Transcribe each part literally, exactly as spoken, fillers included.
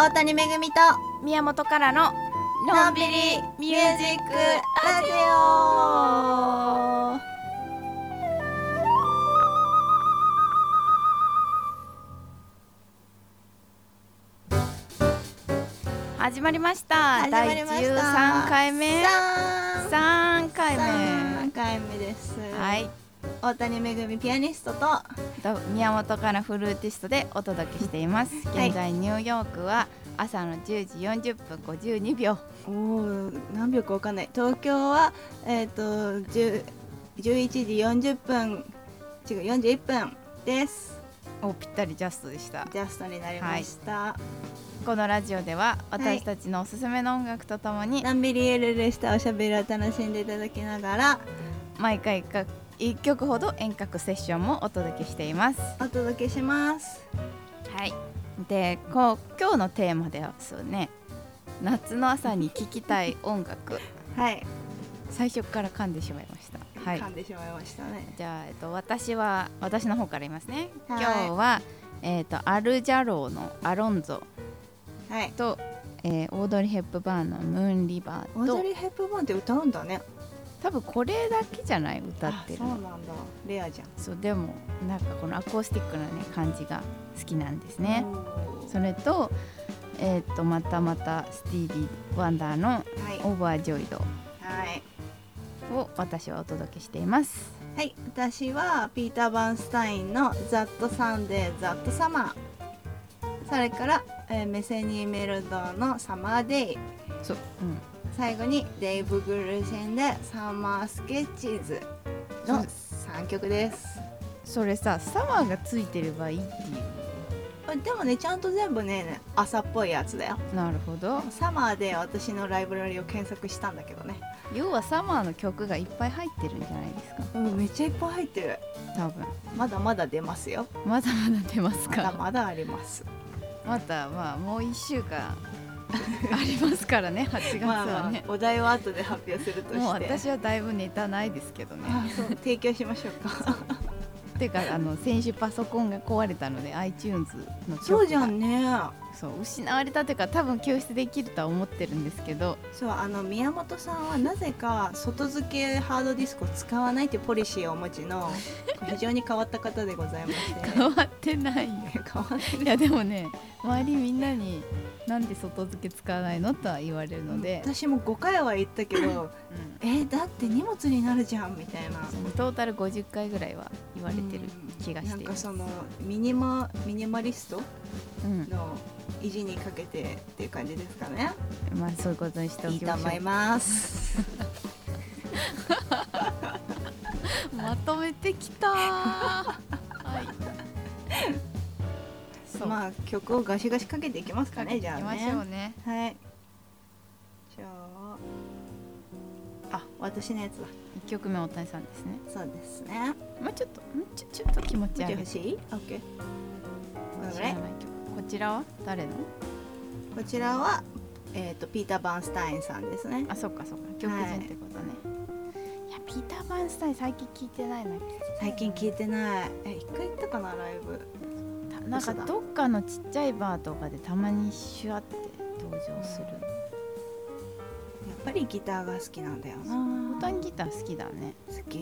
大谷めぐみと宮本からののんびりミュージックラジオ。 始まりました。 始まりました。 だいじゅうさんかいめさんかいめさんかいめです。 はい、 大谷めぐみピアニストとと宮本からフルーティストでお届けしています。現在ニューヨークは朝のじゅうじよんじゅっぷんごじゅうにびょう。 おー、何秒かわかんない。東京は、えー、とじゅういちじよんじゅっぷん違うよんじゅういっぷんです。 お、ぴったりジャストでした。 ジャストになりました、はい、 このラジオでは私たちのおすすめの音楽とともに、 のんびりゆるゆるしたおしゃべりを楽しんでいただきながら毎回いっきょくほど遠隔セッションもお届けしています。 お届けします。 はい。で、こう今日のテーマではそうね、夏の朝に聴きたい音楽。 はい。 最初から噛んでしまいました。はい。 噛んでしまいましたね。 じゃあ、えっと、私は私の方から言いますね。 はい、 今日は、えっと、アルジャローのアロンゾ、はい、と、えー、オードリー・ヘップバーンのムーン・リバーと。 オードリー・ヘップバーンって歌うんだね。 多分これだけじゃない歌ってる。 そうなんだ。レアじゃん。 そう、でもなんかこのアコースティックな、ね、感じが好きなんですね。それと、えー、とまたまたスティービー・ワンダーのオーバージョイドを私はお届けしています。 はい、私はピーター・バーンスタインのザット・サンデー・ザット・サマー、それから、えー、メセニー・メルドーのサマーデイ、 そう、うん、 最後にデイブ・グルーシェンでサマー・スケッチーズのさんきょくです。 それさ、サマーがついてればいいっていう。 でもね、ちゃんと全部ね朝っぽいやつだよ。 なるほど。 サマーで私のライブラリを検索したんだけどね。 要はサマーの曲がいっぱい入ってるんじゃないですか。 うん、めっちゃいっぱい入ってる。多分まだまだ出ますよ。 まだまだ出ますか。 まだまだあります。 またまあもういっしゅうかんありますからね。はちがつはね、まあまあ、お題は後で発表するとして、 もう私はだいぶネタないですけどね。 あ、そう、提供しましょうか。 ていうか、あの先週パソコンが壊れたので iTunes の曲がそうじゃんね。 そう失われたというか、多分救出できるとは思ってるんですけど、 そう、あの宮本さんはなぜか外付けハードディスクを使わないというポリシーをお持ちの非常に変わった方でございまして変わってないよ。 変わってる。 いやでもね、周りみんなになんで外付け使わないのとは言われるので、 私もごかいは言ったけど、うん、えー、だって荷物になるじゃんみたいな、 トータルごじゅっかいぐらいは言われてる気がしている、うん、 なんかそのミニマミニマリストの意地にかけてっていう感じですかね。 まあそういうことにしておきましょう。 いいと思いますまとめてきたはい。 まあ曲をガシガシかけていきますかね。じゃあね、 行きましょうね。 はい。じゃあ、あ、私のやつだ。 いっきょくめ大谷さんですね。 そうですね。 もうちょっとちょちょっと気持ち悪い。 欲しい？ OK。 知らない曲。こちらは誰の？ こちらはえっ、ー、とピーター・バーンスタインさんですね。 あ、そっかそっか。曲人ってことね。はい、いやピーター・バーンスタイン最近聞いてないな。 最近聞いてない。え、一回行ったかなライブ。 なんかどっかのちっちゃいバーとかでたまにシュワって登場する、うん、やっぱりギターが好きなんだよな。 ボタンギター好きだね。 好き。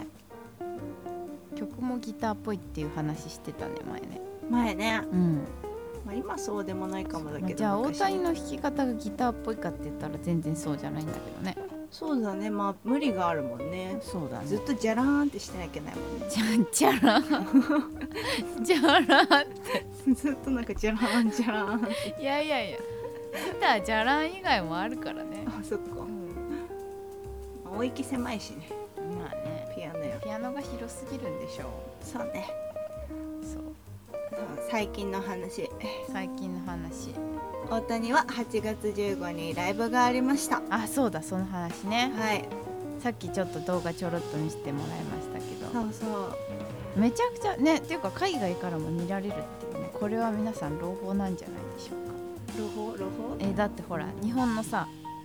曲もギターっぽいっていう話してたね、前ね。 前ね、 うん、 まあ、今そうでもないかもだけど、まあ、 じゃあ大谷の弾き方がギターっぽいかって言ったら全然そうじゃないんだけどね。 そうだね、まあ無理があるもんね。 そうだね。 ずっとジャラーンってしてなきゃいけないもんね。 じゃジャラーンジャラーンってずっとなんかジャラーンジャラーンいやいやいや、ギタージャラーン以外もあるからね。 あ、そっか、うん、まあ、音域狭いしね。 まあね、 ピアノよ。 ピアノが広すぎるんでしょう。 そうね。 そう、 最近の話。 最近の話。 大谷ははちがつじゅうごにちにライブがありました。 あ、そうだ、その話ね。 はい。 さっきちょっと動画ちょろっと見せてもらいましたけど、 そうそう、 めちゃくちゃね、っていうか海外からも見られるっていうね、これは皆さん朗報なんじゃないでしょうか。 朗報朗報？ えだってほら、日本のさ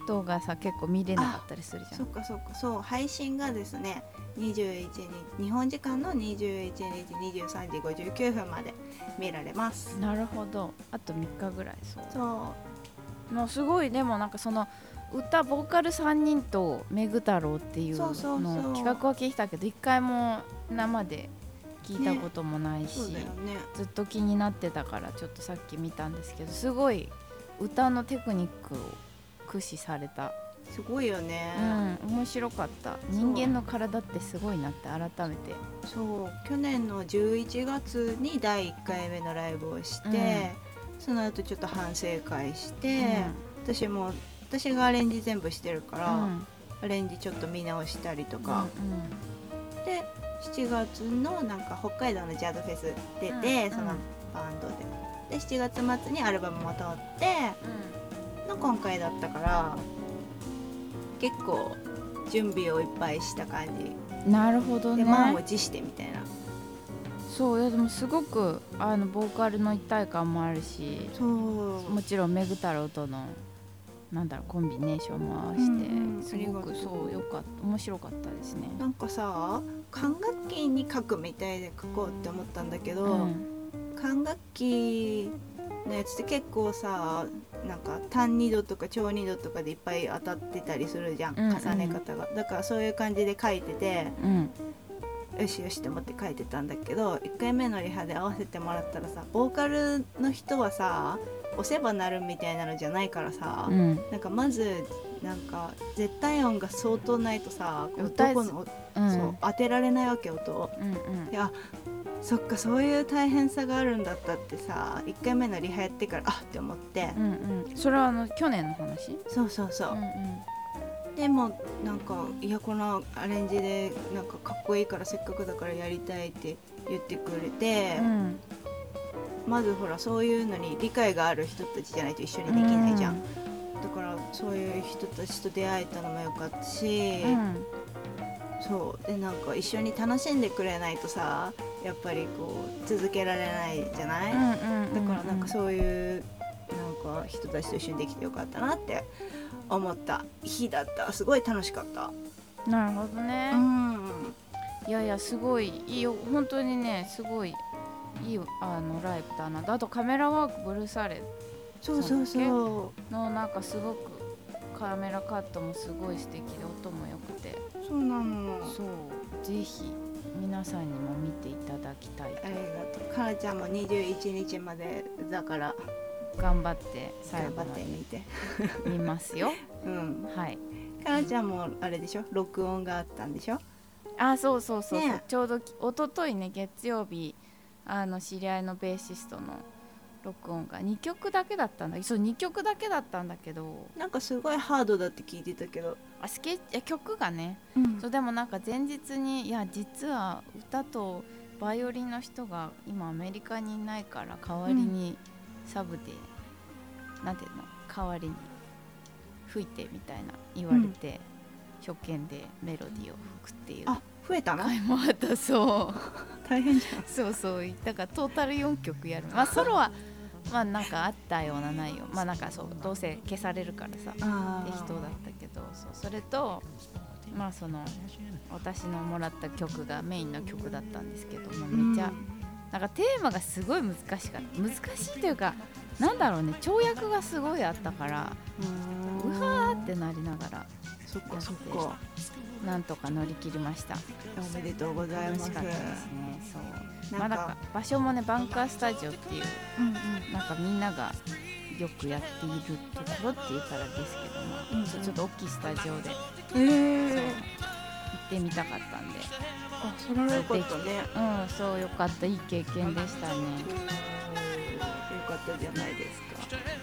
動画さ結構見れなかったりするじゃん。 そっかそっか、そう配信がですねにじゅういちにち日本時間のにじゅういちにちにじゅうさんじごじゅうきゅうふんまで見られます。 なるほど、あとみっかぐらい。そうそうもうすごい。でもなんかその歌ボーカルさんにんとメグ太郎っていうそうそうそうの企画は聞いたけど一回も生で聞いたこともないし、 ねね、 ずっと気になってたからちょっとさっき見たんですけど、すごい歌のテクニックを駆使された。 すごいよね、 うん、面白かった。人間の体ってすごいなって改めて。 そう去年のじゅういちがつにだいいっかいめのライブをして、うん、その後ちょっと反省会して、うん、私も私がアレンジ全部してるから、うん、アレンジちょっと見直したりとか、うんうん、でしちがつのなんか北海道のジャズフェス出て、うん、そのバンドででしちがつ末にアルバムも撮って、うん、の今回だったから結構準備をいっぱいした感じ。 なるほどね。 で満を持してみたいな。 そういやでもすごくあのボーカルの一体感もあるし、 そうもちろんメグ太郎とのなんだろうコンビネーションも合わせて、うんうん、すごくそうよかった面白かったですね。 なんかさ管楽器に書くみたいで書こうって思ったんだけど、うん、管楽器のやつって結構さなんか単二度とか長二度とかでいっぱい当たってたりするじゃん、うんうん、重ね方が。だからそういう感じで書いてて、うん、よしよしって思って書いてたんだけどいっかいめのリハで合わせてもらったらさボーカルの人はさ押せばなるみたいなのじゃないからさ、うん、なんかまずなんか絶対音が相当ないとさどこの、うん、そう当てられないわけ音を、うんうん、いやそっかそういう大変さがあるんだったってさいっかいめのリハやってからあって思って、 うんうん、それはあの去年の話？ そうそうそう、うんうん、でもなんかいやこのアレンジでなんかかっこいいからせっかくだからやりたいって言ってくれて、うん、まずほらそういうのに理解がある人たちじゃないと一緒にできないじゃん、うん、だからそういう人たちと出会えたのもよかったし、うん、そうでなんか一緒に楽しんでくれないとさやっぱりこう続けられないじゃない、うんうんうんうん、だからなんかそういうなんか人たちと一緒にできてよかったなって思った日だった。すごい楽しかった。 なるほどね、うん、いやいやすごいいいよ本当にねすごいいいあのライブだな。あとカメラワークブルーサレそうそうそうのなんかすごくカメラカットもすごい素敵で音も良くてそうなのそうぜひ皆さんにも見ていただきたい。 ありがとう。かなちゃんもにじゅういちにちまでだから頑張って最後まで見て見ますようんはいかなちゃんもあれでしょ録音があったんでしょ。 あそうそうそうそう、ね、ちょうど一昨日ね月曜日あの知り合いのベーシストの録音がにきょくだけだったんだそうにきょくだけだったんだけどなんかすごいハードだって聞いてたけどあスケ曲がね、うん、そうでもなんか前日にいや実は歌とバイオリンの人が今アメリカにいないから代わりにサブで、うん、なんていうの代わりに吹いてみたいな言われて、うん、初見でメロディーを吹くっていうあ増えたの回もあったそう大変じゃんそうそうだからトータルよんきょくやるまあソロはまあなんかあったようなないよまあなんかそうどうせ消されるからさ適当だったけどそうそれとまあその私のもらった曲がメインの曲だったんですけどもめちゃ、うん、なんかテーマがすごい難しかった難しいというかなんだろうね跳躍がすごいあったからうわーってなりながらそっかそっかなんとか乗り切りました。 おめでとうございます。 楽しかったですね。そうまあなんか場所もねバンカースタジオっていう、うんうん、なんかみんながよくやっているところって言ったらですけども、うんうん、ちょっと大きいスタジオで、えー、行ってみたかったんであそれはよかったね。 うんそうよかったいい経験でしたね。よかったじゃないですか。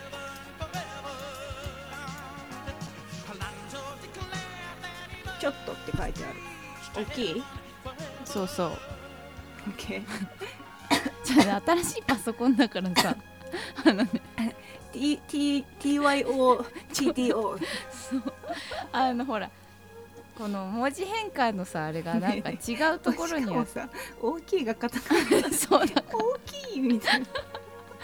ちょっとって書いてある。大きい？ そうそう。 OK じゃあ新しいパソコンだからさあのね T T T Y O G T O そうあのほらこの文字変換のさあれがなんか違うところにはさ大きいがカタカナそうだ大きいみたいな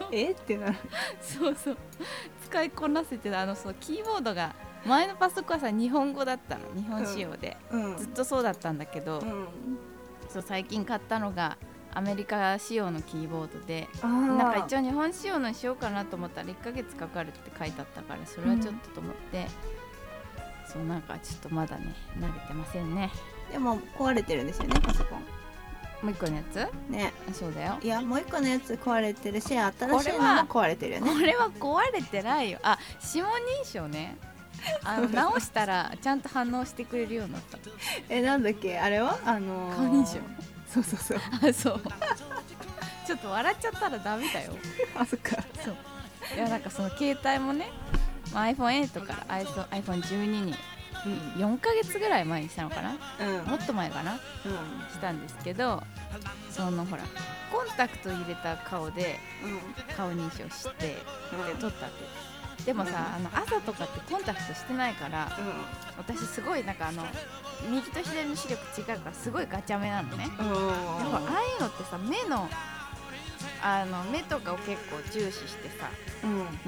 えってなる。 そうそう、使いこなせて、あのそうキーボードが前のパソコンはさ日本語だったの、日本仕様で、 うんうん、 ずっとそうだったんだけど、うん、そう最近買ったのがアメリカ仕様のキーボードで、なんか一応日本仕様のにしようかなと思ったらいっかげつかかるって書いてあったから、それはちょっとと思って、うん、そうなんかちょっとまだね慣れてませんね。 でも壊れてるんですよね、パソコン。 もう一個のやつね。 そうだよ。 いやもう一個のやつ壊れてるし、新しいのも壊れてるよね。 これは壊れてないよ。あ、指紋認証ね。あの直したらちゃんと反応してくれるようになった。 え、なんだっけあれは、あのー、 顔認証。 そうそうそう。 あ、そうちょっと笑っちゃったらダメだよ。 あ、そっか。 そう、いやなんかその携帯もね、まあ、アイフォンエイト から アイフォンじゅうに によんかげつぐらい前にしたのかな、うん、もっと前かな、うん、したんですけど、そのほらコンタクト入れた顔で顔認証して、うん、で撮ったって。でもさ、あの朝とかってコンタクトしてないから、うん、私すごいなんかあの右と左の視力違うからすごいガチャ目なのね。でもああいうのってさ、目のあの目とかを結構重視してさ、うん、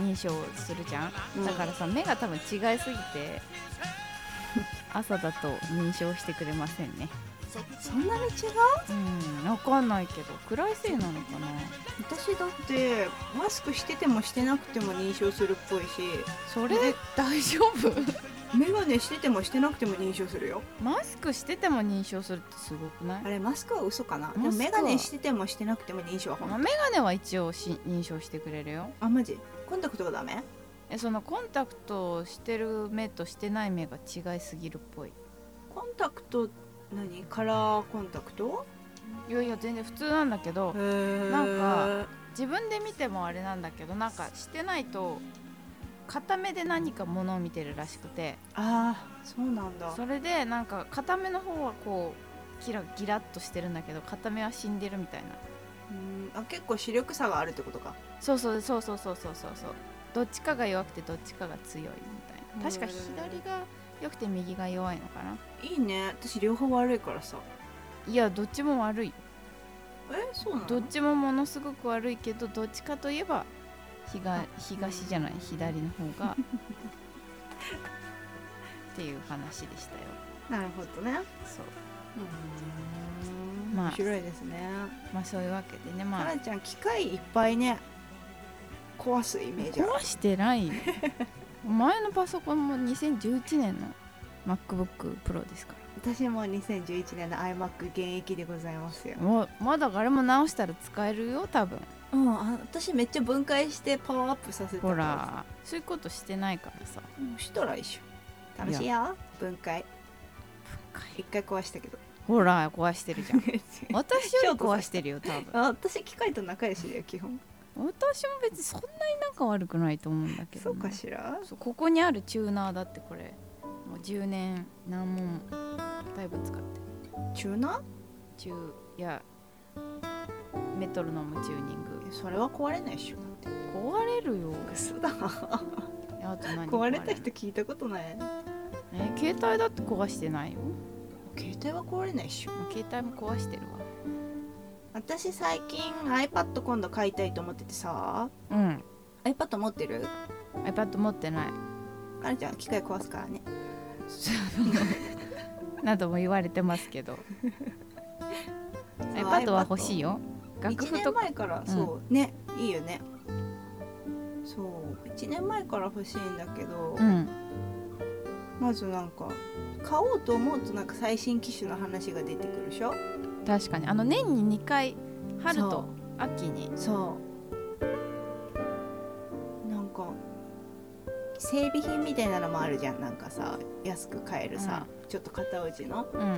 認証するじゃん、うん、だからさ目が多分違いすぎて朝だと認証してくれませんね。 そんなに違う？ うん、分かんないけど暗いせいなのかな。 私だってマスクしててもしてなくても認証するっぽいし。 それ大丈夫？ メガネしててもしてなくても認証するよ。 マスクしてても認証するってすごくない？ あれマスクは嘘かな。でもメガネしててもしてなくても認証は本当。 メガネは一応し認証してくれるよ。 あ、マジ？コンタクトがダメ？ え、そのコンタクトしてる目としてない目が違いすぎるっぽい。 コンタクト何？カラーコンタクト？ いやいや全然普通なんだけど、なんか自分で見てもあれなんだけど、なんかしてないと片目で何かものを見てるらしくて。 ああ、そうなんだ。 それでなんか片目の方はこうキラギラッとしてるんだけど、片目は死んでるみたいな。 うん、あ、結構視力差があるってことか。 そうそうそうそうそうそうそうそう、どっちかが弱くてどっちかが強いみたいな。確か左が良くて右が弱いのかな。 いいね。私両方悪いからさ。 いやどっちも悪いよ。 え、そうなの？ どっちもものすごく悪いけど、どっちかといえば東, 東じゃない、左の方がっていう話でしたよ。 なるほどね。 そう。 うーん、まあ、面白いですね。 まあそういうわけでね、まあかなちゃん機械いっぱいね壊すイメージある。 壊してないよ。前のパソコンもにせんじゅういちねんの MacBook Pro ですから。 私もにせんじゅういちねんの iMac 現役でございますよ。 もうまだあれも直したら使えるよ多分。 うん、あ、私めっちゃ分解してパワーアップさせてた。 ほらそういうことしてないからさ。 もうしたらいいしょ。楽しいよ。分解一回壊したけど。 ほら壊してるじゃん。私より壊してるよ多分。 あ、私機械と仲良しだよ基本。 私も別にそんなに仲悪くないと思うんだけど、ね、 そうかしら。 そう、ここにあるチューナーだってこれもうじゅうねん何問だいぶ使ってる。 チューナー？ チューいやメトロノームチューニング。 それは壊れないっしょ。だって壊れるよ。 嘘だ。 あと何壊れた人聞いたことない。 えー、携帯だって壊してないよ。 携帯は壊れないっしょ。 携帯も壊してるわ。 私最近 iPad 今度買いたいと思っててさ。 うん。 iPad 持ってる？ iPad 持ってない。 あれじゃん機械壊すからね。 なども言われてますけどiPad は欲しいよ。 楽譜とかいちねんまえから、うん、そうね、いいよね。そういちねんまえから欲しいんだけど、うん、まずなんか買おうと思うとなんか最新機種の話が出てくるでしょ。 確かにあの年ににかい春と秋に。 そうなんか整備品みたいなのもあるじゃん。なんかさ安く買えるさ、うん、ちょっと片落ちの、うんうん、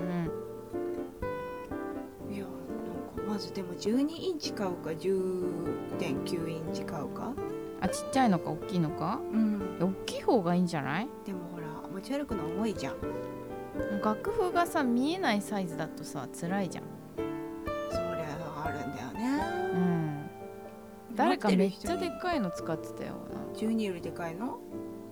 いやなんかまずでもじゅうにインチ買うか じゅうてんきゅうインチ買うか。 あ、ちっちゃいのか大きいのか。うん、大きい方がいいんじゃない？ でもほら持ち歩くの重いじゃん。 楽譜がさ見えないサイズだとさ辛いじゃん。 そりゃあるんだよね。うん。 誰かめっちゃでっかいの使ってたよな。 じゅうによりでかいの？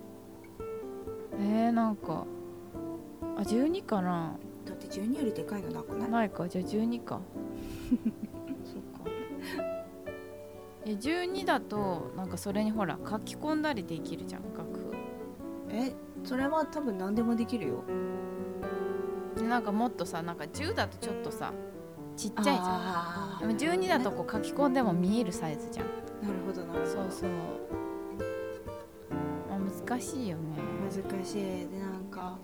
えー、なんかあじゅうにかな。 だってじゅうによりでかいのなくない？ ないか。じゃあじゅうにか。 そっか。 えじゅうにだとなんかそれにほら書き込んだりできるじゃん、楽譜。 えそれは多分何でもできるよ。 でなんかもっとさ、なんかじゅうだとちょっとさちっちゃいじゃん。でもじゅうにだとこう書き込んでも見えるサイズじゃん。 なるほどなるほど。 そうそう、まあ、難しいよね。 難しい。でなんか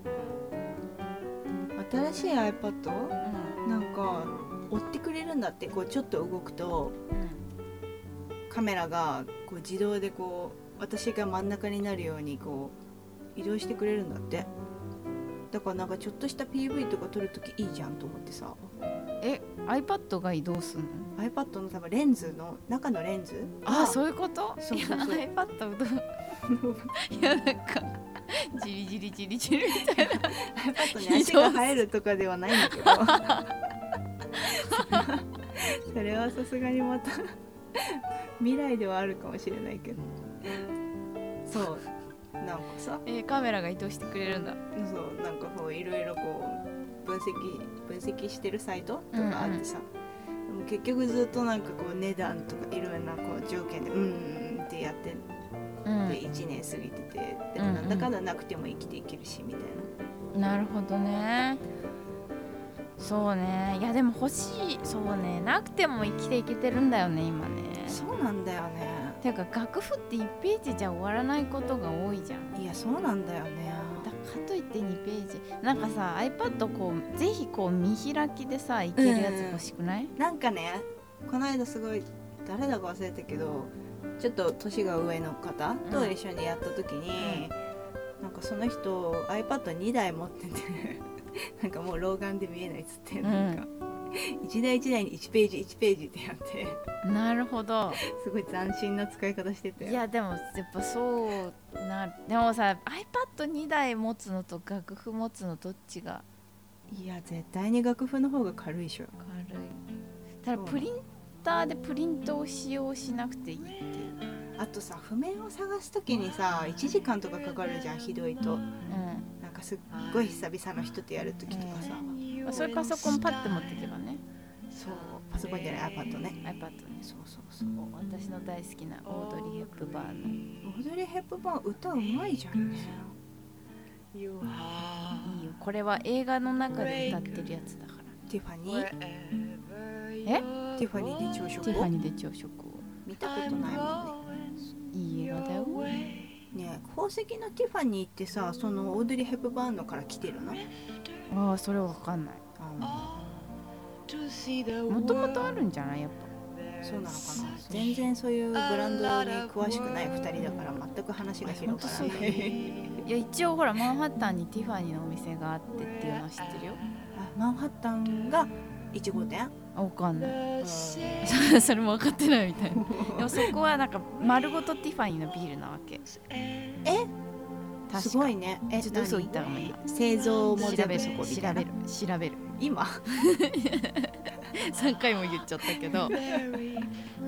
新しい iPad、うん、なんか追ってくれるんだって。こうちょっと動くと、うん、カメラがこう自動でこう私が真ん中になるようにこう移動してくれるんだって。だからなんかちょっとした ピーブイ とか撮るときいいじゃんと思ってさ。 え iPad が移動するの？ iPad の多分レンズの中のレンズ。 ああそういうこと。 そうそうそう。 iPad どいやなんかジリジリジリジリみたいな iPad に足が生えるとかではないんだけどそれはさすがにまた未来ではあるかもしれないけど、そうなんかさ、 えー、カメラが移動してくれるんだ。 そうなんかこういろいろこう分析分析してるサイトとかあってさ、うんうん、でも結局ずっとなんかこう値段とかいろいろなこう条件でうんうんってやってでいちねん過ぎてて、でもなんだかんだなくても生きていけるしみたいな。なるほどね。そうね。いやでも欲しい。そうね、なくても生きていけてるんだよね今ね。 そうなんだよね。 ていうか楽譜っていちページじゃ終わらないことが多いじゃん。 いやそうなんだよね。 だかといってにページなんかさ iPad こうぜひこう見開きでさいけるやつ欲しくない？ うん、なんかねこの間すごい誰だか忘れたけどちょっと年が上の方と一緒にやった時に、うん、なんかその人 アイパッドにだい持っててなんかもう老眼で見えないっつって、うん、なんか一台一台にいちページいちページってやってなるほどすごい斬新な使い方してて。 いやでもやっぱそうなる。でもさ アイパッドにだい持つのと楽譜持つのどっちが？ いや絶対に楽譜の方が軽いでしょ。 軽い。ただプリンターでプリントを使用しなくていいっていう。 あとさ譜面を探すときにさいちじかんとかかかるじゃん、ひどいと、うん、なんかすっごい久々の人とやるときとかさ、 うん、それパソコンパッて持っていけばね。 そうパソコンじゃない iPad ね iPad ね。そうそうそう。私の大好きなオードリー・ヘップバーンのオードリー・ヘップバーン歌うまいじゃんね。 いいよこれは映画の中で歌ってるやつだから。 ティファニーえティファニーで朝食をティファニーで朝食を見たことないもんね。 いい映画だよね。 え宝石のティファニーってさそのオードリー・ヘップバーンのから来てるの？ ああそれわかんない。もともとあるんじゃないやっぱ。 そうなのかな。全然そういうブランドに詳しくないふたりだから全く話が広がらない。 いや一応ほらマンハッタンにティファニーのお店があってっていうのは知ってるよ。 あマンハッタンがいち号店？ あわかんない。それも分かってないみたいな。でもそこはなんか丸ごとティファニーのビールなわけ。 えすごいね。えちょっと嘘言ったかも今。 製造も調べる調べる調べる今さんかいも言っちゃったけどえ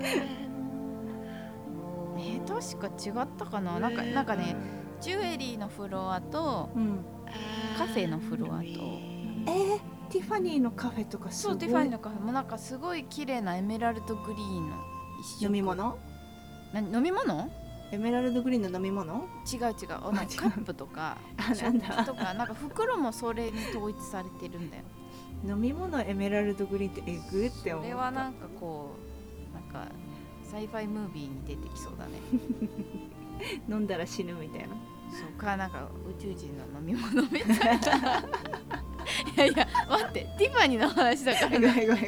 ー、確か違ったかな。なんかなんかねジュエリーのフロアと、うん、カフェのフロアとえー、ティファニーのカフェとかすごい。 そうティファニーのカフェもなんかすごい綺麗なエメラルドグリーンの一色。 飲み物？ な飲み物？ エメラルドグリーンの飲み物？ 違う違うなんかカップとかなんだとかなんか袋もそれに統一されてるんだよ。 飲み物エメラルドグリーンってえぐって思う。 それはなんかこうなんかサイファイムービーに出てきそうだね飲んだら死ぬみたいな。 そうかなんか宇宙人の飲み物みたいないやいや待ってティファニーの話だからごめんごめんごめん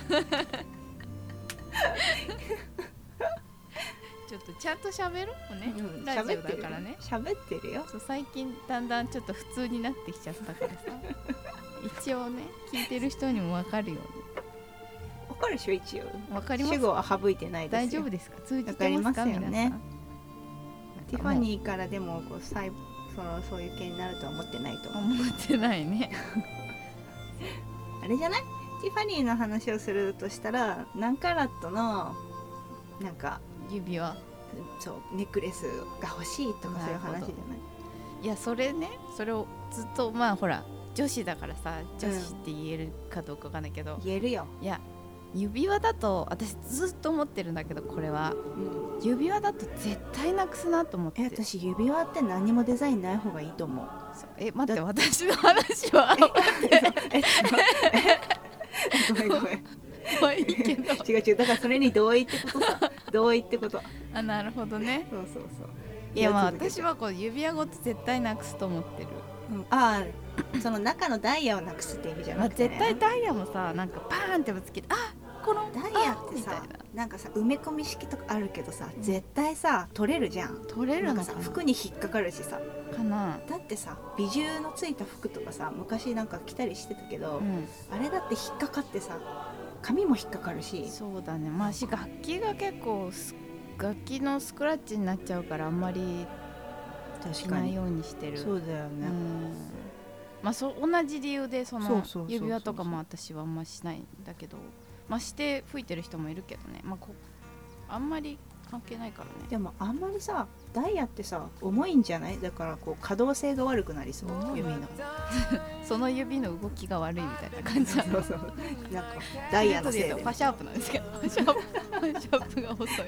ちょっとちゃんと喋ろうね、うん、ラジオだからね。 喋ってるよ。 そう最近だんだんちょっと普通になってきちゃったからさ一応ね聞いてる人にも分かるように。 分かるでしょ一応。 分かります。 主語は省いてないですよ。 大丈夫ですか？通じてますか？ 分かりますよね。 皆さんティファニーからでもこうさいそのそういう系になるとは思ってないと思う。 思ってないねあれじゃない？ティファニーの話をするとしたら何カラットのなんか指輪そうネックレスが欲しいとかそういう話じゃない？ いやそれねそれをずっとまあほら女子だからさ女子って言えるかどうかわかんないけど、 うん、言えるよ。 いや指輪だと私ずっと思ってるんだけど、これは、うん、指輪だと絶対なくすなと思って。 え私指輪って何もデザインない方がいいと思う。 え待って私の話はえごめんごめんまあいいけど違う違う、だからそれに同意ってことさ同意ってこと。 あなるほどね。 そうそうそう。 いやまあ私はこう指輪ごと絶対なくすと思ってる、 うん、ああその中のダイヤをなくすって意味じゃなくて、ね、 まあ、絶対ダイヤもさなんかパーンってぶつけて、あこのダイヤってさ な, なんかさ埋め込み式とかあるけどさ、うん、絶対さ取れるじゃん。 取れるのかな。 なんかさ服に引っかかるしさかな。 だってさ美獣のついた服とかさ昔なんか着たりしてたけど、うん、あれだって引っかかってさ髪も引っかかるし。 そうだね。まあし楽器が結構楽器のスクラッチになっちゃうからあんまりしないようにしてる。 そうだよね。うんまあそ同じ理由でその指輪とかも私はあんましないんだけど、まあして吹いてる人もいるけどね。まあこあんまり関係ないからね。 でもあんまりさダイヤってさ重いんじゃない？だからこう可動性が悪くなりそう、指のその指の動きが悪いみたいな感じなの。そうそうなんかダイヤのせいでファシャープなんですけどファシャープファシャープが遅い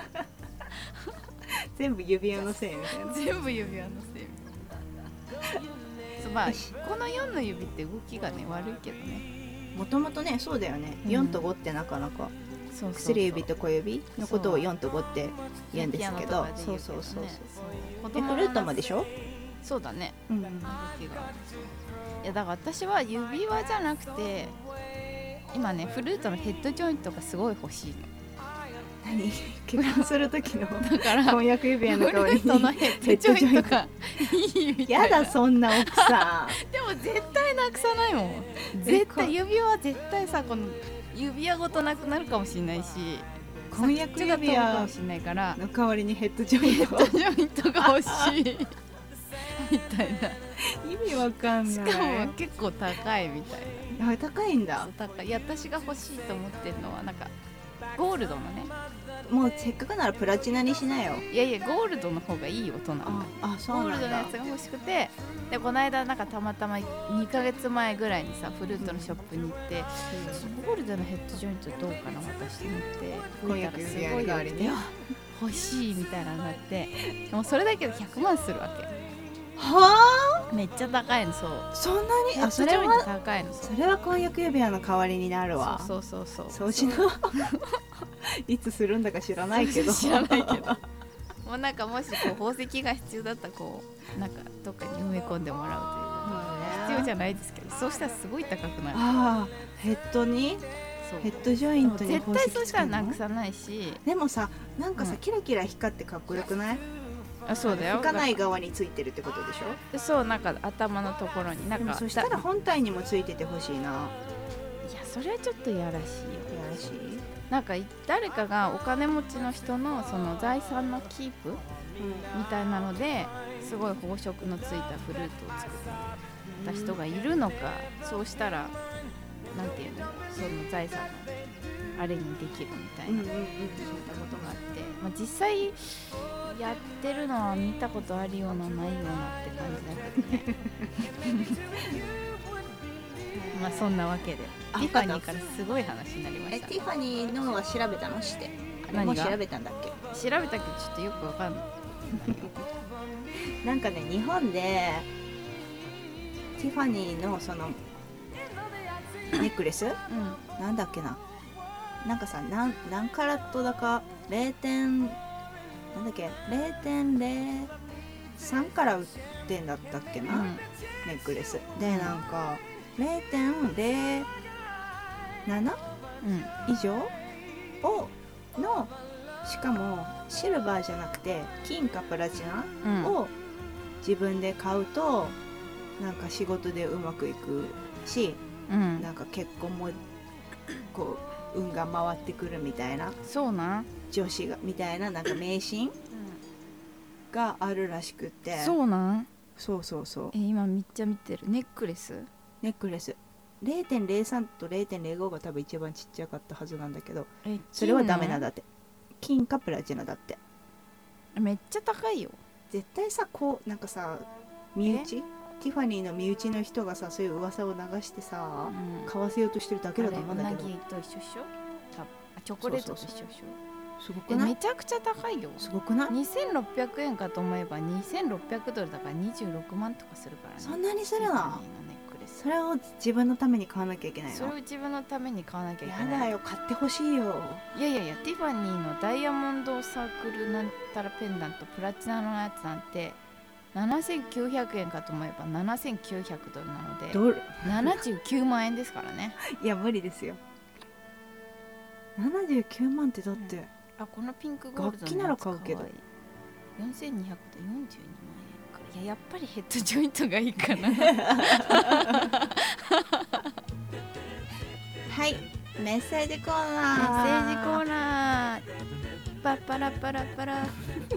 全部指輪のせいみたいな。 全部指輪のせいみたいな。そうまあこのよんの指って動きがね悪いけどね。 もともとねそうだよね、うん、よんとごってなかなかそうそうそう薬指と小指のことをよんとごって言うんですけど、 ね、 そうそうそうそう。でフルートもでしょ。 そうだね、うん、動きがいやだから私は指輪じゃなくて今ねフルートのヘッドジョイントがすごい欲しいの。 何結婚する時のだから婚約指輪の代わりにフルートのヘッドジョイントがいいみたいな。 やだそんな奥さんでも絶対なくさないもん。絶対指輪は絶対さこの指輪ごとなくなるかもしれないし婚約指輪かもしれないからの代わりにヘッドジョイントヘッドジョイントが欲しいみたいな。 意味わかんない。 しかも結構高いみたいな。あ高いんだ。 高い。いや私が欲しいと思ってるのはなんかゴールドのね。 もうせっかくならプラチナにしなよ。 いやいやゴールドの方がいい音なの。 ああそうなんだ。 ゴールドのやつが欲しくて、でこの間なんかたまたまにかげつまえぐらいにさフルートのショップに行って、うん、ゴールドのヘッドジョイントどうかな私と思って婚約指輪代わりに欲しいみたいなのがあって、でもそれだけでひゃくまんするわけ。 はあめっちゃ高いの。そうそんなに。 あそれは高いの。 それは婚約指輪の代わりになるわ。 そうそうそうそうしな。いつするんだか知らないけど知らないけどもうなんかもしこう宝石が必要だったらこうなんかどっかに埋め込んでもらうというか、必要じゃないですけど、そうしたらすごい高くなる。 ああヘッドにヘッドジョイントに宝石絶対そうしたらなくさないし。 でもさなんかさ、うん、キラキラ光ってかっこよくない？ あそうだよ。 吹かない側についてるってことでしょ。 そうなんか頭のところになんか。 そしたら本体にもついててほしいな。いやそれはちょっとやらしいよ。 やらしい。 なんか誰かがお金持ちの人のその財産のキープ、うん、みたいなのですごい宝飾のついたフルートを作った人がいるのか、そうしたらなんていうのその財産のあれにできるみたいな、うんうんうん、そういったことがあって、まあ、実際やってるのは見たことあるようなないようなって感じだけどねまあそんなわけでティファニーからすごい話になりました。 えティファニーのは調べたのしてあれも調べたんだっけ？ 調べたけどちょっとよくわかんないなんかね日本でティファニーのそのネックレス、うん、なんだっけななんかさ何何カラットだかれいてんなんだっけ れいてんれいさん から売ってんだったっけな、うん、ネックレスでなんか れいてんれいなな、うん、以上をのしかもシルバーじゃなくて金かプラチナを自分で買うとなんか仕事でうまくいくし、うん、なんか結婚もこう運が回ってくるみたいな、 そうな女子がみたいななんか迷信があるらしくて、 そうなんそうそうそう。 え今めっちゃ見てるネックレスネックレス れいてんれいさん と れいてんれいご が多分一番ちっちゃかったはずなんだけど、それはダメなんだって。金かプラチナだって。 めっちゃ高いよ。 絶対さこうなんかさ身内ティファニーの身内の人がさそういう噂を流してさ、うん、買わせようとしてるだけだと思うんだけど。 うなぎと一緒っしょ。 チョコレートと一緒。 すごくない？ めちゃくちゃ高いよ。 すごくない？ にせんろっぴゃくえんかと思えばにせんろっぴゃくドルだからにじゅうろくまんとかするからね。 そんなにするの？それを自分のために買わなきゃいけないの？ それを自分のために買わなきゃいけない。 やだよ、買ってほしいよ。 いやいやいや、ティファニーのダイヤモンドサークルなんたらペンダントプラチナのやつなんてななせんきゅうひゃくえんかと思えばななせんきゅうひゃくドルなのでドルななじゅうきゅうまんえんですからね。 いや無理ですよ。ななじゅうきゅうまんってだって、うん、 あ、このピンクゴールドのやつ楽器なら買うけどよんせんにひゃくでよんじゅうにまんえんか。いや、やっぱりヘッドジョイントがいいかな。 はい、メッセージコーナー。 メッセージコーナー。パッパラパラパラ。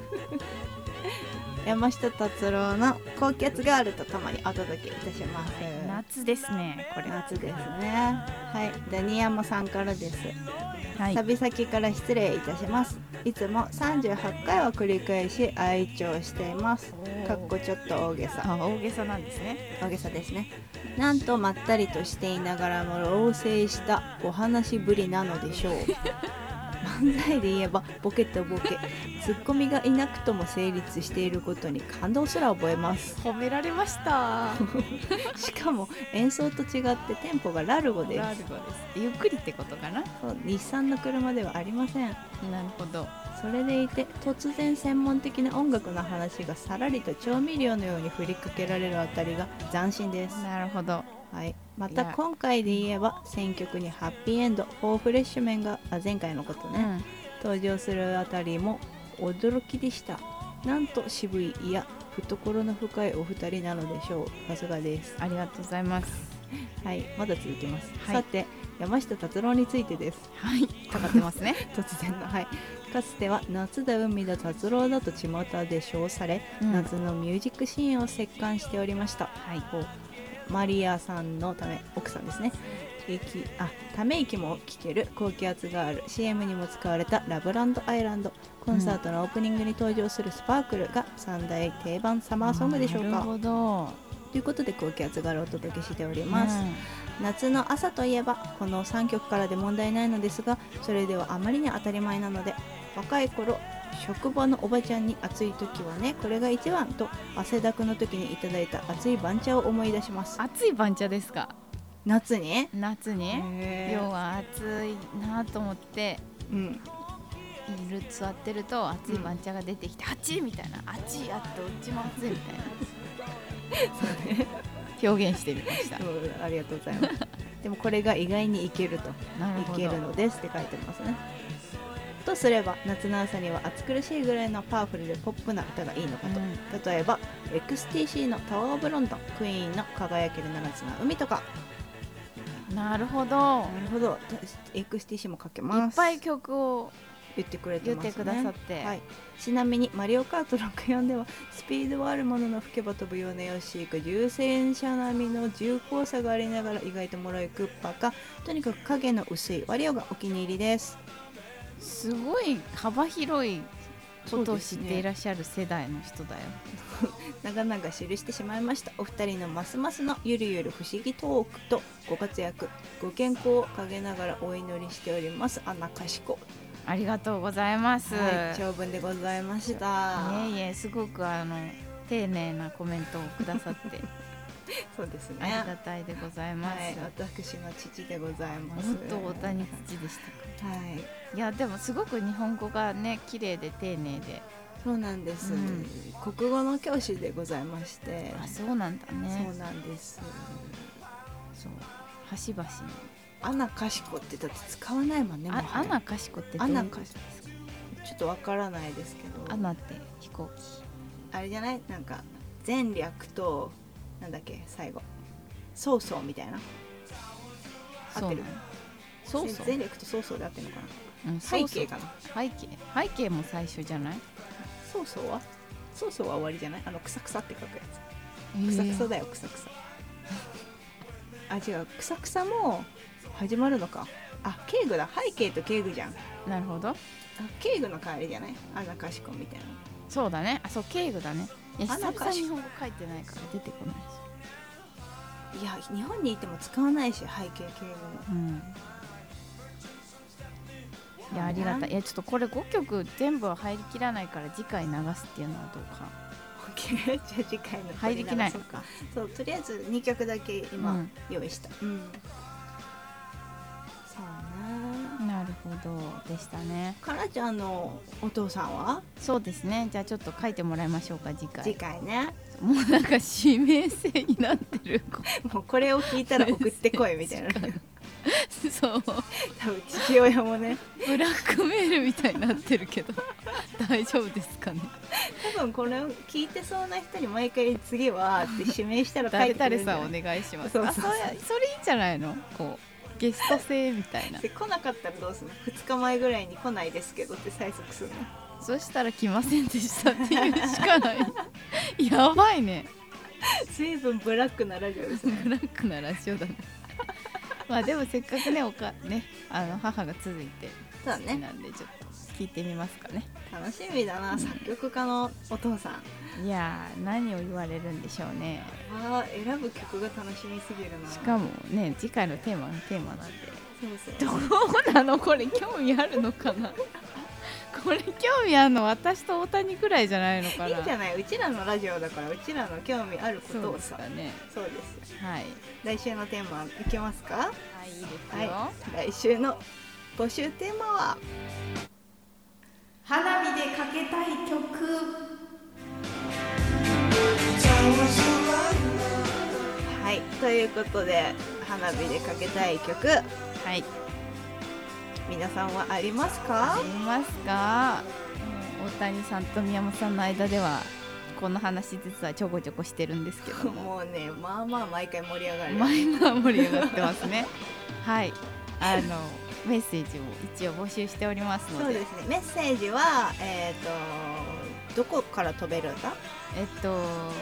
山下達郎の高気圧ガールとともにお届けいたします。 夏ですね。これ夏ですね。はい、ダニヤマさんからです。はい、旅先から失礼いたします。いつもさんじゅうはちかいを繰り返し愛聴しています。かっこちょっと大げさ。 あ、大げさなんですね。 大げさですね。なんとまったりとしていながらも老成したお話ぶりなのでしょう。漫才で言えばボケとボケ、ツッコミがいなくとも成立していることに感動すら覚えます。 褒められました。 しかも演奏と違ってテンポがラルゴです。 ラルゴです。ゆっくりってことかな。 そう、日産の車ではありません。 なるほど。 それでいて突然専門的な音楽の話がさらりと調味料のように振りかけられるあたりが斬新です。 なるほど。 はい、また今回で言えば選曲にハッピーエンド、フォーフレッシュメンがあ前回のことね、うん、登場するあたりも驚きでした。なんと渋い、いや懐の深いお二人なのでしょう。さすがです。 ありがとうございます。 はい、まだ続きます。 はい、 さて山下達郎についてです。 はい、かかってますね。 突然の、はい、かつては夏だ海だ達郎だと巷で称され、うん、夏のミュージックシーンを席巻しておりました。はい、こうマリアさんのため、奥さんですね、息あため息も聞ける高気圧がある シーエム にも使われたラブランドアイランド、コンサートのオープニングに登場するスパークルが三大定番サマーソングでしょうか。 なるほど。 ということで高気圧があるをお届けしております、うん、夏の朝といえばこのさんきょくからで問題ないのですが、それではあまりに当たり前なので、若い頃職場のおばちゃんに暑い時はねこれが一番と汗だくの時にいただいた熱い番茶を思い出します。 熱い番茶ですか？ 夏に夏に要は暑いなと思って、うん、いる座ってると熱い番茶が出てきて、うん、熱いみたいな、熱いあってどっちも熱いみたいなそうね、表現してみました。 ありがとうございますでもこれが意外にいけると、いけるのですって書いてますね。とすれば夏の朝には暑苦しいぐらいのパワフルでポップな歌がいいのかと、うん、例えば エックスティーシー のタワーオブロンドン、クイーンの輝ける七つの海とか。 なるほどなるほど。 エックスティーシー もかけます。 いっぱい曲を言ってくれてますね。 言ってくださって、 はい、ちなみにマリオカートろくじゅうよんではスピードはあるものの吹けば飛ぶようなヨッシーか重戦車並みの重厚さがありながら意外と脆いクッパか、とにかく影の薄いワリオがお気に入りです。 すごい幅広いことを知っていらっしゃる世代の人だよ。 長々記してしまいました。お二人のますますのゆるゆる不思議トークとご活躍ご健康を陰ながらお祈りしております。アナカシコ。 ありがとうございます、 はい、長文でございました。 いえいえ、すごくあの丁寧なコメントをくださってそうですね、 ありがたいでございます、はい、 私の父でございます。 本当大谷父でした、はい、いやでもすごく日本語がね綺麗で丁寧で。 そうなんです、うん、国語の教師でございまして。 あ、そうなんだね。 そうなんです。 そう、端々にアナカシコってだって使わないもんね。 あ、アナカシコってどういうことですか？ ちょっとわからないですけど。 アナって飛行機あれじゃない？なんか前略となんだっけ最後そうそうみたいな。合ってる？そうそう。前略とそうそうで合ってるのかな、うん、背景かな。 背景背景も最初じゃない？ そうそうはそうそうは終わりじゃない？あのくさくさって書くやつ。くさくさだよ、くさくさ。あ、違う、くさくさも始まるのか。あ、敬具だ。背景と敬具じゃん。 なるほど。あ、 敬具の代わりじゃない？アナカシコみたいな。 そうだね。あ、そう、敬具だね。いや、久々日本語書いてないから出てこないし。 いや、日本にいても使わないし、背景敬具も、うん、 いやありがたい。いやちょっとこれごきょく全部は入りきらないから次回流すっていうのはどうか。 じゃあ次回の入りきないのか。 そうとりあえずにきょくだけ今用意した、うんうん、そうね。なるほどでしたね。 かなちゃんのお父さんは？ そうですね。じゃあちょっと書いてもらいましょうか次回。 次回ね。 もうなんか指名制になってる。 もうこれを聞いたら送ってこいみたいな。 そう多分父親もねブラックメールみたいになってるけど大丈夫ですかね。 多分これを聞いてそうな人に毎回次はって指名したら書いてくれるんじゃない？ 誰々さんお願いします。 そうそうそう。 あ、それ、それいいんじゃないの？こうゲスト制みたいな。 で来なかったらどうするの？ふつかまえぐらいに来ないですけどって催促するの？ そしたら来ませんでしたっていうしかないやばいね。 随分ブラックなラジオですね。 ブラックなラジオだねまあでもせっかくねおかねあの母が続いて好きなんでちょっと聞いてみますかね。 楽しみだな、うん、作曲家のお父さん。いやー何を言われるんでしょうね。 あー選ぶ曲が楽しみすぎるな。 しかもね次回のテーマがテーマなんでそうそう、 どうなのこれ興味あるのかなこれ興味あるの私と大谷くらいじゃないのかな。 いいんじゃない？うちらのラジオだからうちらの興味あることをさ。 そうですね。 そうです。 はい。 来週のテーマいけますか？ はい、いいですよ。 はい、来週の募集テーマは花火でかけたい曲。はい、ということで花火でかけたい曲。はい。皆さんはありますか？ ありますか？大谷さんと宮本さんの間ではこの話実はちょこちょこしてるんですけどもうねまあまあ毎回盛り上がる。 毎回盛り上がってますねはいあのメッセージを一応募集しておりますので。 そうですね。メッセージはえっとどこから飛べるんだ？ えっと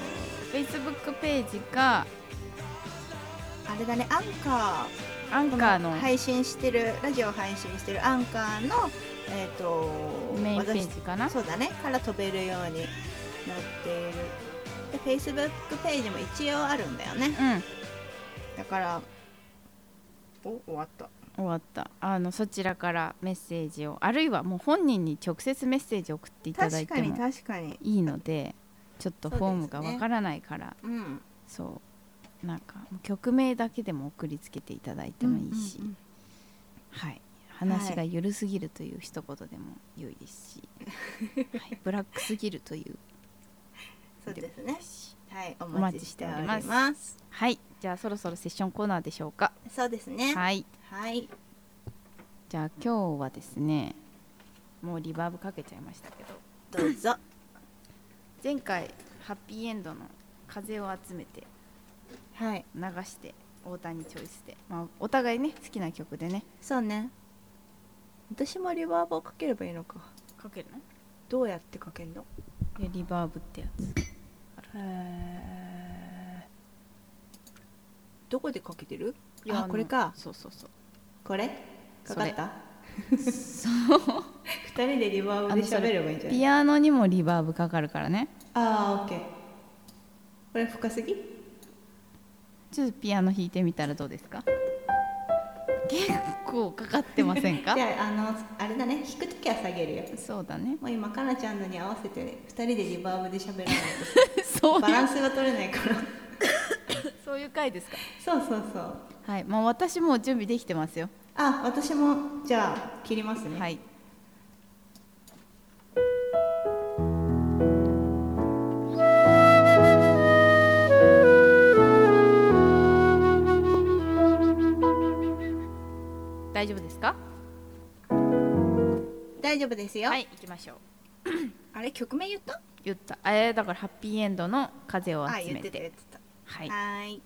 Facebook ページかあれだね、アンカーアンカーの配信してるラジオを配信してるアンカーの、えー、とメインページかな。 そうだねから飛べるようになっている。で Facebook ページも一応あるんだよね、うん、だからお終わった終わったあのそちらからメッセージをあるいはもう本人に直接メッセージを送っていただいてもいいのでちょっとフォームがわからないから そう、ねうん、そうなんか曲名だけでも送りつけていただいてもいいし、うんうんうん、はい話がゆるすぎるという一言でも良いですし、はい、ブラックすぎるというそうですねはいお待ちしておりますはいじゃあそろそろセッションコーナーでしょうか。 そうですねはいはいじゃあ今日はですねもうリバーブかけちゃいましたけどどうぞ前回ハッピーエンドの風を集めてはい、 流して大谷チョイスで、まあ、お互いね好きな曲でね。 そうね私もリバーブをかければいいのか。 かけるの？ どうやってかけるの？ リバーブってやつある。へーどこでかけてる？あこれか。 そうそうそうこれかかった？ そうふたりでリバーブで喋ればいいんじゃない？ ピアノにもリバーブかかるからね。 あーオッケーこれ深すぎ？ ちょっとピアノ弾いてみたらどうですか？結構かかってませんか？ じゃあ、あのあれだね弾くときは下げるよ。 そうだねもう今かなちゃんのに合わせてふたりでリバーブで喋らないとそうバランスが取れないからそういう回ですか？ そうそうそうはいまあ私も準備できてますよ。 あ私もじゃあ切りますね。 はい大丈夫ですか？ 大丈夫ですよ。 はい行きましょうあれ曲名言った？ 言ったあれだからハッピーエンドの風を集めて。あ言ってた言ってた。 はいはい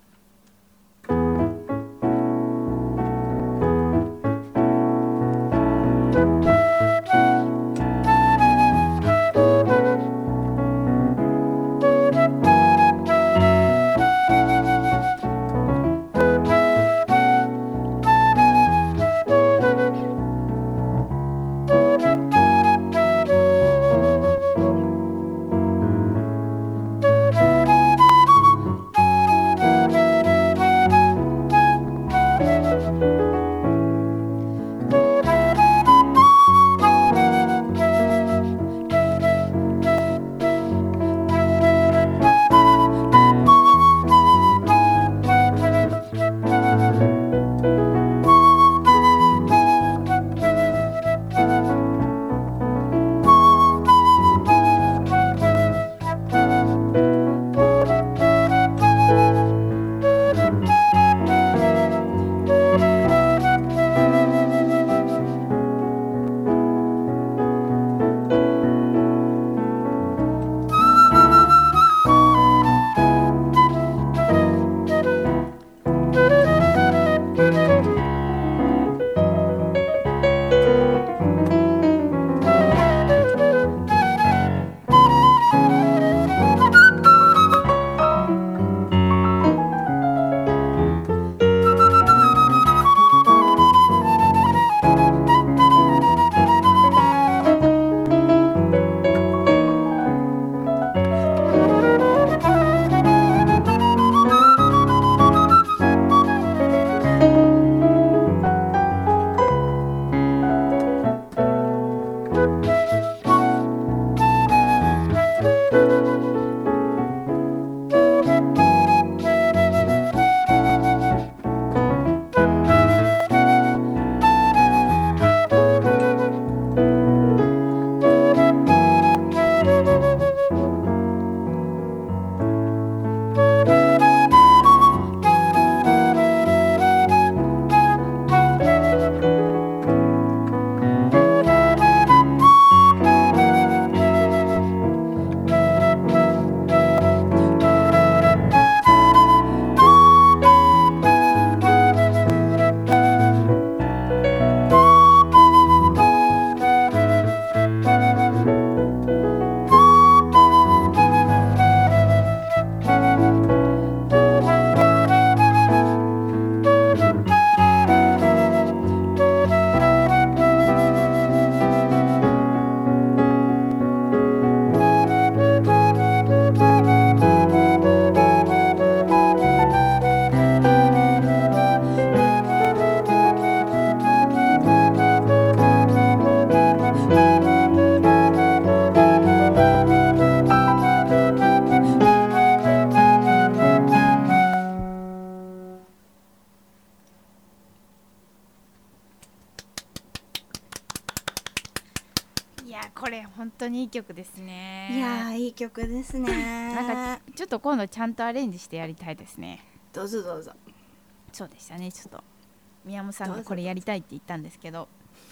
やこれ本当にいい曲ですね。 いやいい曲ですね。 なんかちょっと今度ちゃんとアレンジしてやりたいですね。 どうぞどうぞ。 そうでしたね。ちょっと宮本さんがこれやりたいって言ったんですけど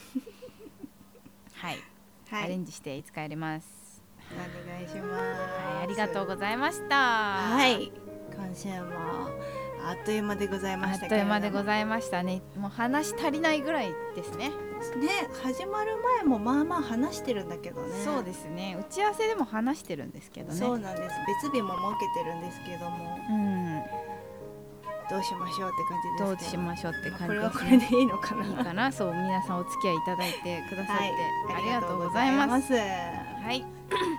はい、はい、アレンジしていつかやります。 お願いします。 はい、ありがとうございました。 はい、今週もあっという間でございましたけれども。 あっという間でございましたね。もう話足りないぐらいですね。 ね、始まる前もまあまあ話してるんだけどね。 そうですね。打ち合わせでも話してるんですけどね。 そうなんです。別日も設けてるんですけども、うん、どうしましょうって感じですけど。 どうしましょうって感じです、ね。 これはこれでいいのかな。 いいかな。そう、皆さんお付き合いいただいてくださって、はい、ありがとうございます。はい。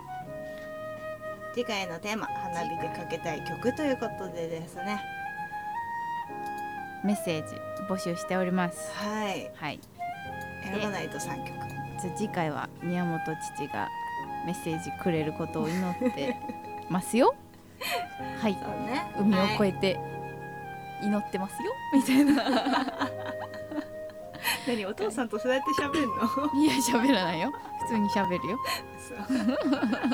次回のテーマ、花火でかけたい曲ということでですね。 メッセージ募集しております。 はい。 はい。 選ばないとさんきょく。 じゃ次回は宮本父がメッセージくれることを祈ってますよ。はい、 そうね、 海を越えて祈ってますよ、はい、みたいな。 何お父さんとそうやって喋るの？ いや喋らないよ。普通に喋るよ。 そう。面白い。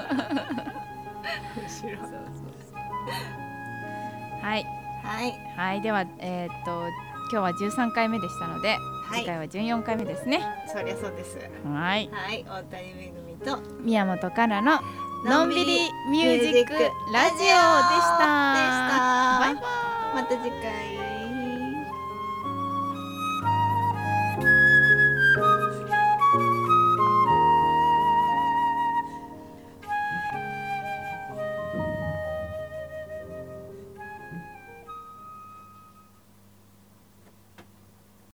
そうそうそう。 はいはいはい。ではえー、っと今日はじゅうさんかいめでしたので、はい、次回はじゅうよんかいめですね。 そりゃそうです。 はい。 はい、大谷めぐみと宮本からののんびりミュージックラジオでした。 でした。 バイバイ。 また次回。